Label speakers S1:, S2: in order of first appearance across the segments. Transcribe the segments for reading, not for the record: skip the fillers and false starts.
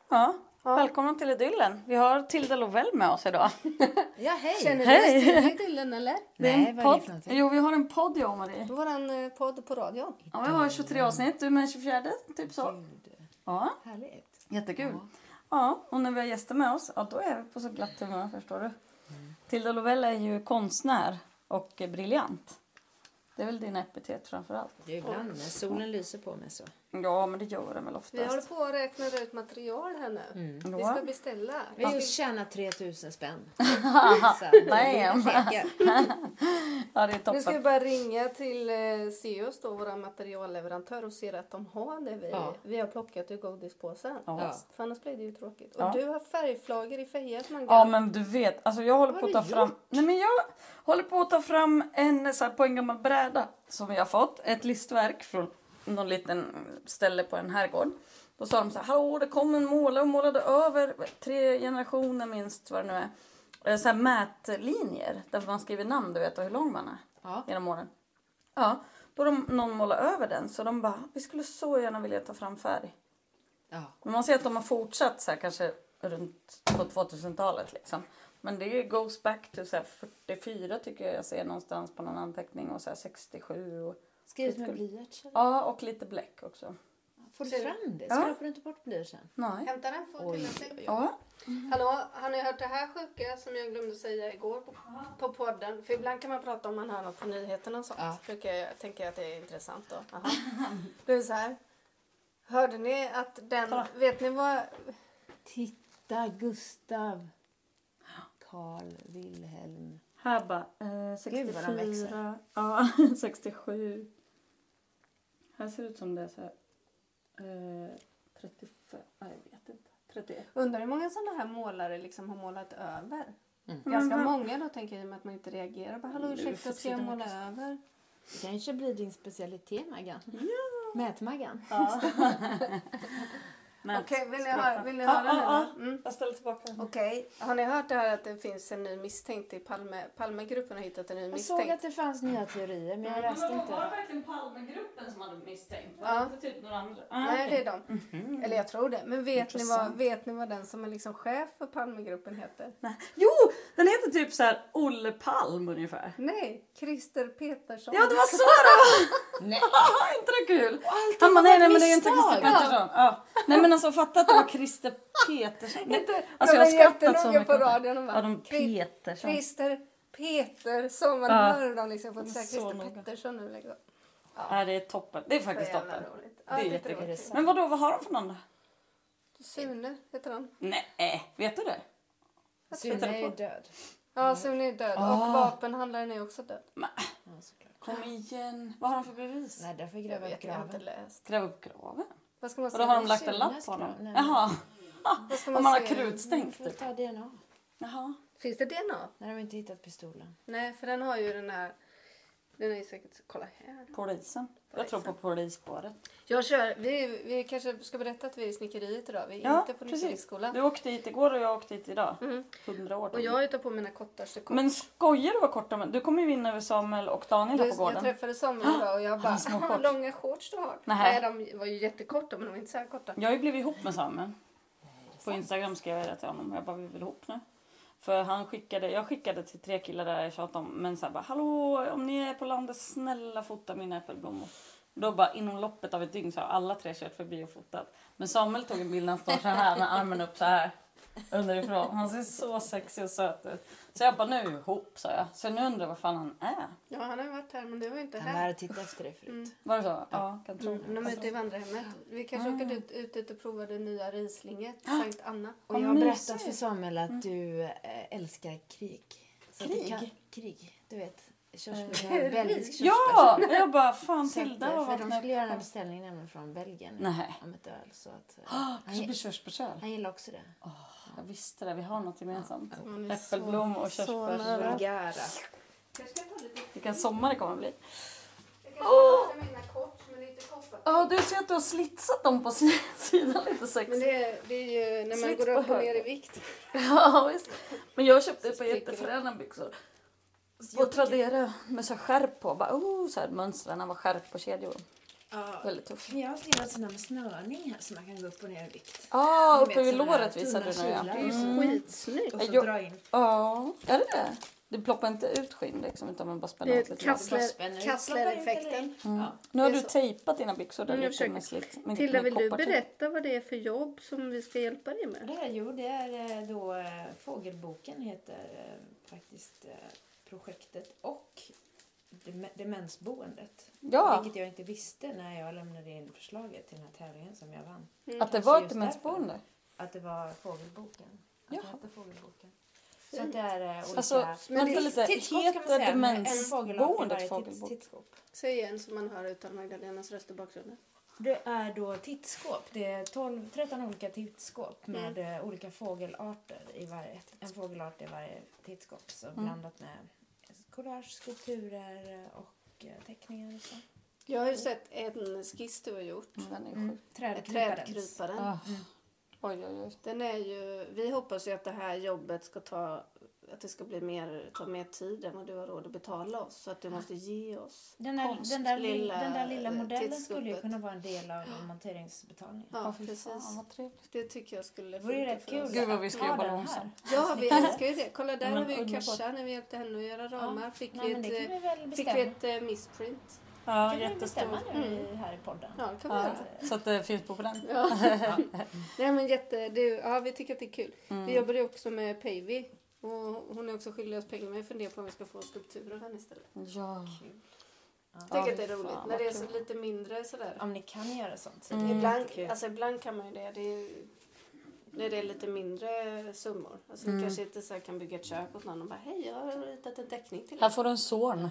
S1: Ja, välkomna till Idyllen. Vi har Tilda Lovell med oss idag.
S2: Ja, hej.
S3: Känner du till Idyllen eller?
S2: Nej, vad är det för någonting?
S1: Jo, vi har en podd, jag och Marie.
S3: Våran podd på radion.
S1: Ja, vi har 23 avsnitt, du med 24, typ så.
S2: Gud,
S1: Ja,
S2: härligt.
S1: jättekul. Ja, och när vi har gäster med oss, då är vi på så glatt humör, förstår du. Tilda Lovell är ju konstnär och briljant. Det är väl din epitet framförallt.
S2: Det är ibland när solen lyser på mig så.
S1: Ja, men det gör den väl oftast.
S3: Vi håller på att räkna ut material här nu. Vi
S1: Ja.
S3: ska beställa.
S2: Vi har just tjänat 3000 spänn.
S1: Bam. Ja, det är
S3: Nu ska vi
S1: toppen.
S3: bara ringa till Seos då, våra materialleverantör, och se att de har det vi har plockat ur godispåsen.
S1: Ja.
S3: För annars blir det ju tråkigt.
S1: Ja.
S3: Och du har färgflagor i fejet,
S1: Ja, men du vet, alltså jag håller
S2: Vad
S1: på att
S2: har
S1: ta
S2: du
S1: fram... Nej, men jag håller på att ta fram en så här, på en gammal bräda som jag har fått. Ett listverk från någon liten ställe på en herrgård. Då sa de så här: hallå, det kom en målare och målade över 3 generationer minst vad det nu är. Så här mätlinjer, där man skriver namn, du vet, och hur lång man är
S2: Ja.
S1: genom åren. Ja, då någon målade över den, så de bara, vi skulle så gärna vilja ta fram färg.
S2: Ja.
S1: Men man ser att de har fortsatt så här, kanske runt på 2000-talet liksom. Men det goes back to så här 44 tycker jag ser någonstans på någon anteckning, och så här 67 och...
S2: Skrivit med blyerts?
S1: Ja, och lite bläck också.
S2: Får du fram det?
S1: Ja.
S2: Skrapar du inte bort blyertsen?
S1: Nej.
S3: Hämta den för
S2: Oj,
S3: till
S2: oj, oj.
S1: Ja.
S3: Hallå, har ni hört det här sjuka som jag glömde säga igår på podden? För ibland kan man prata om man hör något på nyheterna och sånt.
S2: Ja.
S3: Tänker jag att det är intressant då. Aha. Det är så här. Hörde ni att den...
S1: Kolla.
S3: Vet ni vad...
S2: Titta, Gustav. Carl Wilhelm.
S1: Här bara,
S2: Gud, vad den
S1: 64. Ja, 67. Här ser det ut som det är så här. 35, nej, jag vet inte. 31.
S3: Undrar hur många sådana här målare liksom har målat över?
S2: Mm.
S3: Ganska
S1: Men-
S3: många då, tänker jag, med att man inte reagerar. Bara, hallå,
S1: Nu
S3: ursäkta,
S1: för
S3: ska jag
S1: tiden
S3: måla
S1: också.
S3: över?
S2: Det kanske blir din specialitet, Maggan. Ja. Mätmaggan.
S1: Ja. Men,
S3: Okej, vill ni
S1: skrapa.
S3: höra den nu?
S1: Ja.
S3: Mm.
S1: Jag ställer tillbaka den.
S3: Okej, har ni hört det här att det finns en ny misstänkt i Palmegruppen har hittat en ny
S2: Jag såg
S3: misstänkt?
S2: att det fanns nya teorier, men jag läste
S1: Var det
S2: inte.
S1: verkligen Palmegruppen som hade misstänkt? Var
S3: Ja.
S1: det inte typ några andra?
S3: Nej,
S1: okej.
S3: det är de. Eller jag tror det. Men
S1: Intressant.
S3: vet ni vad den som är liksom chef för Palmegruppen heter?
S1: Nej. Jo, den heter typ så här Olle Palm ungefär.
S3: Nej, Christer Petersson.
S1: Ja, det var så det
S2: Nej.
S1: var! Inte det kul?
S2: Allt
S1: Han bara,
S2: var
S1: nej,
S2: ett
S1: nej, men det är inte
S2: misstag.
S1: Christer Petersson. Ja. Nej, men alltså fatta att det var Christer Petersson.
S3: Inte,
S1: Alltså
S3: de
S1: jag
S3: var
S1: har skrattat så
S3: jättenoga
S1: mycket.
S3: på radion. Och
S1: Ja,
S3: bara,
S1: de Petersson.
S3: Christer Petersson. Man
S1: Ja.
S3: hör dem liksom på att säga
S1: Så
S3: Christer
S1: noga.
S3: Petersson nu. Liksom.
S1: Ja, det är toppen. Det är faktiskt
S3: Så jävla
S1: toppen.
S3: roligt.
S1: Det är
S3: jag tyckte
S1: jättekul.
S3: var kul.
S2: sant?
S1: Men vadå, vad har de för någon då?
S3: Sune heter han.
S1: Nej, vet du det?
S2: Sune är ju död.
S3: Ja, Sune är död. Och vapenhandlaren är också död.
S1: Men,
S2: Ja, såklart.
S1: kom igen. Vad har de för bevis?
S2: Nej, där får
S3: Jag
S2: gräva upp
S3: vet, jag har inte
S2: graven.
S3: läst.
S1: Gräv upp graven.
S3: Vad ska man
S1: Och då
S3: säga?
S1: har de lagt en
S2: Sunes
S1: lapp på honom.
S2: grav. Nej.
S1: Jaha.
S3: Vad ska
S1: Om
S3: man
S1: man har
S3: säga?
S1: krutstänkt
S2: Får
S1: typ.
S2: ta DNA.
S1: Jaha.
S3: Finns det DNA?
S2: Nej, de har inte hittat pistolen.
S3: Nej, för den har ju den här... Den är ju säkert... Kolla här.
S1: Polisen. Jag tror på polisspåret.
S3: Jag kör... Vi kanske ska berätta att vi är i snickeriet idag. Vi är
S1: Ja,
S3: inte på
S1: precis.
S3: Snickeriskolan.
S1: Du åkte hit igår och jag åkte hit idag.
S3: Mm.
S1: 100 år.
S3: Och jag har på mina kortaste kort.
S1: Men skojar du vad korta men du kommer ju vinna över Samuel och Daniel här på
S3: Jag
S1: gården.
S3: träffade Samuel idag och jag bara,
S1: Han små
S3: "Aha,
S1: shorts."
S3: långa shorts du har.
S1: Nähä.
S3: Nej, de var ju jättekorta men de var inte så här korta.
S1: Jag har ju blivit ihop med Samuel. På Instagram skrev jag det till honom. Jag bara, vi vill ihop nu. För jag skickade till 3 killar där jag tjatade om. Men så här bara, hallå om ni är på landet, snälla fota mina äppelblommor. Då bara inom loppet av ett dygn så har alla 3 kört förbi och fotat. Men Samuel tog en bild när han står så här med armen upp så här underifrån. Han ser så sexig och söt ut. Så jag bara, nu är vi ihop, sa jag. Så nu undrar vad fan han är.
S3: Ja, han har ju varit här men det var ju inte
S2: Han
S3: här.
S2: hade tittat efter det förut.
S1: Var det så? Ja, kan tro det.
S3: De är ute i vandrarhemmet. Vi kanske åker ut och provar det nya rislinget, Sankt Anna.
S2: Och
S1: Vad
S2: jag har berättat
S1: mysigt.
S2: för Samuel att du älskar krig. Så att
S1: Krig?
S2: Krig, du vet. Körsbär, belgisk körsbär.
S1: Ja! Jag bara, fan
S2: Så att,
S1: Tilda har
S2: för de
S1: vaknat
S2: skulle göra en
S1: upp.
S2: beställning nämligen från Belgien.
S1: Nej.
S2: Om ett öl. Så att,
S1: Kanske blir körsbärsöl.
S2: han gillar också det.
S1: Jag visste det, vi har något gemensamt.
S3: Man är
S1: Äppelblom och
S3: så
S1: körsbär.
S3: nära.
S2: Vulgära.
S3: Jag ska ta lite...
S1: Vilken sommar det kommer bli.
S3: Jag kan ta mina kort som är lite korta.
S1: Ja, du ser att du har slitsat dem på sidan lite
S3: Men
S1: sexigt.
S3: det är ju när man
S1: Slits
S3: går
S1: på
S3: upp och
S1: höger.
S3: ner i vikt.
S1: Ja, visst. Men jag köpte ett par
S3: Spricker det.
S1: jättefräna byxor. På Tradera med så här skärp på. Bara, så här, mönstren var skärp på kedjor.
S2: Ja.
S1: Väldigt tufft.
S2: Jag har skrivit sådana med snörning här så man kan gå upp och ner i vikt.
S1: Ja,
S2: Ni
S1: uppe
S2: vet,
S1: vid
S2: såna här
S1: låret visade
S2: tunna
S1: du nu. Ja.
S2: kilar.
S3: Det är ju
S1: Mm.
S3: skitsnyggt.
S2: Och så
S1: Jo.
S2: dra in.
S1: Ja, är det det? Det ploppar inte ut skinn liksom, utan man bara spänner
S3: Det är
S1: åt lite. grann.
S3: Kassler-effekten.
S2: Ja.
S1: Nu har
S3: det är
S1: du
S3: så.
S1: tejpat dina byxor där
S3: Jag
S1: lite
S3: försöker.
S1: med slit. Med,
S3: Tilda,
S1: med
S3: vill du
S1: koppartejp.
S3: berätta vad det är för jobb som vi ska hjälpa dig med?
S2: Det här, det är då Fågelboken heter faktiskt projektet och demensboendet.
S1: Ja,
S2: Vilket jag inte visste när jag lämnade in förslaget till den här tävlingen som jag vann.
S1: att det
S2: Kanske
S1: var ett
S2: just
S1: demensboende.
S2: Att det var Fågelboken. Att
S1: Ja.
S2: det hette Fågelboken. Så att det är olika...
S1: Alltså, vänta lite.
S2: Tittskåp kan man
S1: Heter
S2: säga, med en fågelart i
S1: demensboendet
S2: varje
S1: fågelbok?
S2: tittskåp.
S3: Säg igen så man hör utan Magdalenas röst i bakgrunden.
S2: Det är då tittskåp. Det är 13 olika tittskåp med olika fågelarter i varje. En fågelart i varje tittskåp. Så blandat med collage, skulpturer och teckningar och så.
S3: Jag har ju sett en skiss du har gjort.
S1: Den är sjuk.
S3: Trädkryparen.
S1: Ah. Oj, oj, oj.
S3: Den är ju, vi hoppas ju att det här jobbet ska att det ska bli ta mer tid än vad du har råd att betala oss. Så att du måste ge oss
S2: Den där lilla modellen
S3: tittskåpet.
S2: skulle ju kunna vara en del av monteringsbetalningen.
S3: Ja,
S1: Fy
S3: precis.
S1: fan, vad trevligt.
S3: Det tycker jag skulle
S2: Det vore ju
S3: funka
S2: rätt
S3: för
S2: kul.
S3: oss.
S1: Gud vad vi ska
S2: Ha
S1: jobba
S2: den
S1: långsamt.
S3: Ja, vi älskar ju det. Kolla, där
S1: Men
S3: har vi ju
S1: underbart.
S3: Kasha när vi hjälpte henne att göra ramar. Fick
S2: Nej, men det kan vi väl
S3: fick
S2: bestämma.
S3: vi ett missprint.
S1: Ja,
S2: Kan vi
S1: jättestor.
S2: bestämma nu här i podden?
S3: Ja, det kan vi
S1: Ja,
S3: göra.
S1: så att det finns på den.
S3: Ja. Nej, men vi tycker att det är kul. Vi jobbar ju också med Päivi. Och hon är också skyldig oss pengar. Men jag funderar på om vi ska få skulpturer av henne istället.
S1: Ja.
S3: Jag tycker att det är
S1: fy
S3: roligt.
S1: fan,
S3: När det är
S1: vad
S3: så
S1: kul.
S3: lite mindre sådär.
S2: Om ni kan göra sånt. Så
S3: Ibland kan man ju det. När det är lite mindre summor. Alltså du kanske inte så här kan bygga ett kök åt någon och bara hej, jag har ritat en teckning till
S1: Här
S3: dig.
S1: får du en son.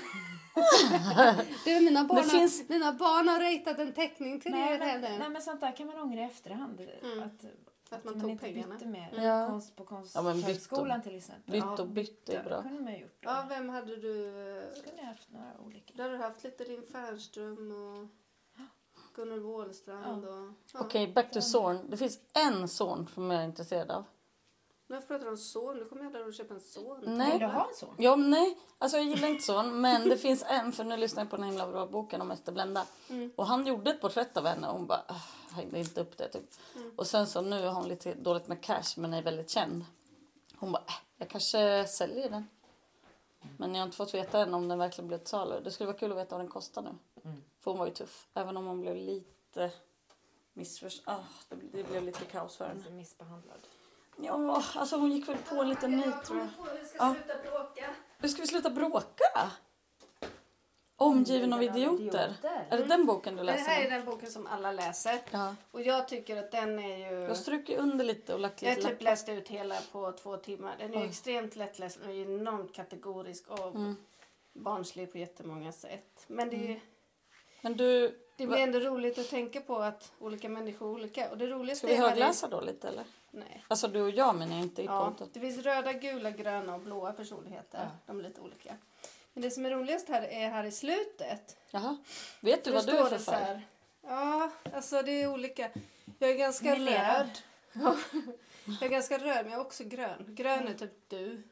S3: Mina
S1: finns-
S3: barn har ritat en teckning till dig.
S2: Nej, men sånt där kan man ångra i efterhand. Att
S3: man
S2: man
S3: tog
S2: inte
S3: pengarna.
S2: bytte med
S1: Ja.
S2: konst på
S1: Ja, men bytte.
S2: Konsthögskolan till exempel.
S1: Bytt och bytt är
S2: Det
S1: bra.
S2: kunde man ha gjort.
S3: Ja, vem hade du?
S2: Skulle jag haft några olika.
S3: Du hade haft lite din Fernström och Gunnar Wåhlstrand. Och, ja.
S1: Okej, back to son. Det finns en son som jag är intresserad av.
S3: Nu pratar du om son. Nu kommer jag där och köpa en son.
S1: Nej.
S2: Vill du ha en sån?
S1: Ja, nej. Alltså jag gillar inte son. Men det finns en, för nu lyssnar jag på den himla bra boken om Ester Blenda. Och han gjorde ett porträtt av henne och hon bara hängde inte upp det typ. Och sen så nu har hon lite dåligt med cash men är väldigt känd. Hon bara, jag kanske säljer den. Men jag har inte fått veta än om den verkligen blev till salu. Det skulle vara kul att veta vad den kostar nu. För hon var ju tuff. Även om hon blev lite missförstådd. Det blev lite kaos för henne.
S2: Alltså missbehandlad.
S1: Ja, alltså hon gick väl på en liten nit tror jag.
S3: Vi ska sluta bråka.
S1: Nu ska vi sluta bråka. Omgiven av idioter. Är det den boken du
S3: Det här är
S1: läser?
S3: den boken som alla läser.
S1: Ja.
S3: Och jag tycker att den är ju...
S1: Jag stryker under lite och lagt
S3: Jag
S1: lite
S3: har typ
S1: lappar.
S3: läst ut hela på 2 timmar. Den är ju extremt lättläst och är enormt kategorisk och barnslig på jättemånga sätt. Men
S1: Men du,
S3: det blir ändå roligt att tänka på att olika människor är olika. Och det roligaste
S1: ska vi
S3: är
S1: högläsa då lite eller?
S3: Nej.
S1: Alltså du och jag men inte i
S3: Ja,
S1: podden.
S3: det finns röda, gula, gröna och blåa personligheter. De är lite olika. Men det som är roligast här är här i slutet.
S1: Jaha. Vet du
S3: Då
S1: vad du är
S3: står
S1: för
S3: det så
S1: färg?
S3: här. Ja, alltså det är olika. Jag är ganska
S2: Melerad.
S3: röd. Ja, jag är ganska röd men jag är också grön. Grön är typ du.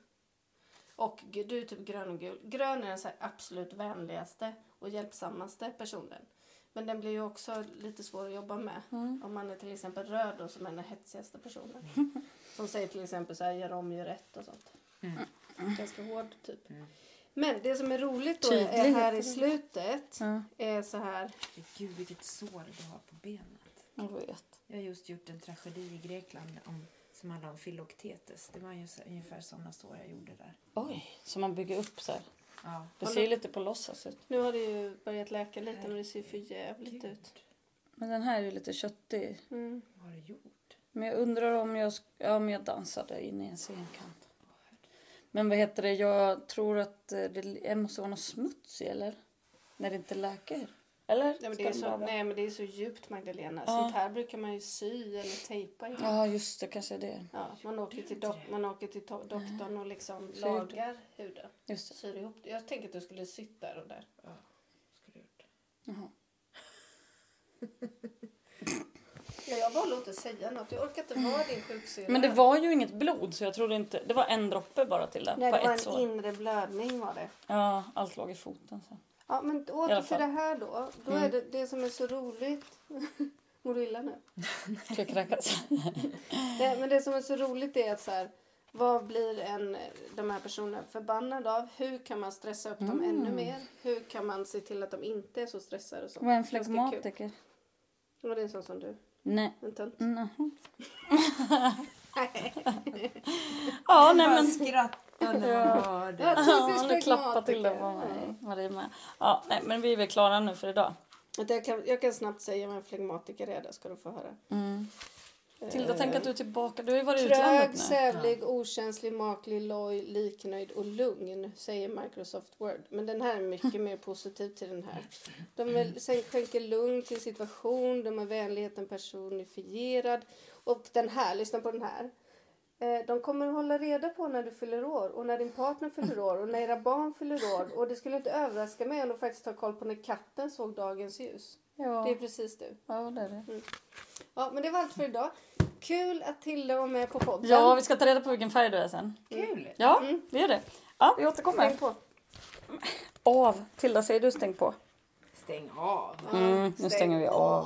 S3: Och du är typ grön och gul. Grön är den så här absolut vänligaste och hjälpsammaste personen. Men den blir ju också lite svår att jobba med. Om man är till exempel röd då, som är den hetsigaste personen. Som säger till exempel så här, gör om, gör rätt och sånt. Ganska hård typ. Men det som är roligt då är
S1: Tydlighet.
S3: här i slutet.
S1: Ja,
S3: Är så här.
S2: Gud, vilket sår du har på benet.
S1: jag vet.
S2: Jag har just gjort en tragedi i Grekland som handlar om Philoktetes. Det var ju ungefär sådana sår jag gjorde där.
S1: Oj, så man bygger upp så här.
S2: Ja.
S1: Det ser ju lite på låtsas ut.
S3: Nu har det ju börjat läka lite och det ser för jävligt ut.
S1: Men den här är ju lite köttig.
S3: Mm.
S2: Vad har du gjort?
S1: Men jag undrar om jag dansade in i en scenkant. Men vad heter det? Jag tror att det måste vara något smuts i, eller? När det inte läker. Eller?
S3: Ja, men det är
S1: Ska
S3: så,
S1: det vara?
S3: nej men det är så djupt Magdalena.
S1: Ja.
S3: Sånt här brukar man ju sy eller tejpa ihop.
S1: Ja, just det. Kanske är det.
S3: Ja, man åker till doktorn och liksom
S1: Syr.
S3: lagar huden.
S1: Just det.
S3: Syr ihop. Jag tänkte att du skulle sytt där och där.
S2: Ja, skulle jag gjort.
S1: Jaha.
S3: Ja, jag bara låter säga något. Jag orkar inte vara din sjuksyrra.
S1: Men det var ju inget blod så jag trodde inte... Det var en droppe bara till det.
S3: Nej,
S1: på
S3: det var
S1: ett
S3: en
S1: sår.
S3: inre blödning var det.
S1: Ja, allt låg i foten sen.
S3: Ja, men
S1: I
S3: åter
S1: alla
S3: till
S1: fall.
S3: det här då. Då är det som är så roligt. Mår du illa nu?
S1: Ska jag kräkas?
S3: Men det som är så roligt är att så här, vad blir de här personerna förbannade av? Hur kan man stressa upp dem ännu mer? Hur kan man se till att de inte är så stressade? Och så?
S1: Vad är en
S3: Ganska kul.
S1: flegmatiker?
S3: Och det är en sån som du.
S1: Nej.
S3: En tönt.
S1: Ja, nej men...
S2: Skratta när man hör det.
S3: Ja, typiskt
S1: Ja, du klappar till det
S3: flegmatiker.
S1: på mig. Marie med. Ja, nej, men vi är väl klara nu för idag.
S3: Jag kan snabbt säga vad en flegmatiker är. Där ska du få höra.
S1: Tilda, tänk att du är tillbaka. Du har ju varit i utlandet
S3: Trög,
S1: nu.
S3: sävlig, okänslig, maklig, loj, liknöjd och lugn, säger Microsoft Word. Men den här är mycket mer positiv till den här. Sen skänker lugn till situation, de är vänligheten personifierad. Och den här, lyssna på den här. De kommer att hålla reda på när du fyller år och när din partner fyller år och när era barn fyller år. Och det skulle inte överraska mig om de faktiskt har koll på när katten såg dagens ljus.
S1: Ja.
S3: Det är precis du.
S1: Ja, det är det.
S3: Ja, men det var allt för idag. Kul att Tilda var med på podden.
S1: Ja, vi ska ta reda på vilken färg du är sen.
S2: Kul.
S1: Ja, vi gör det. Ja, vi återkommer.
S3: Stäng på.
S1: Av. Tilda, säger du stäng på?
S2: Stäng av.
S1: Nu stänger vi av.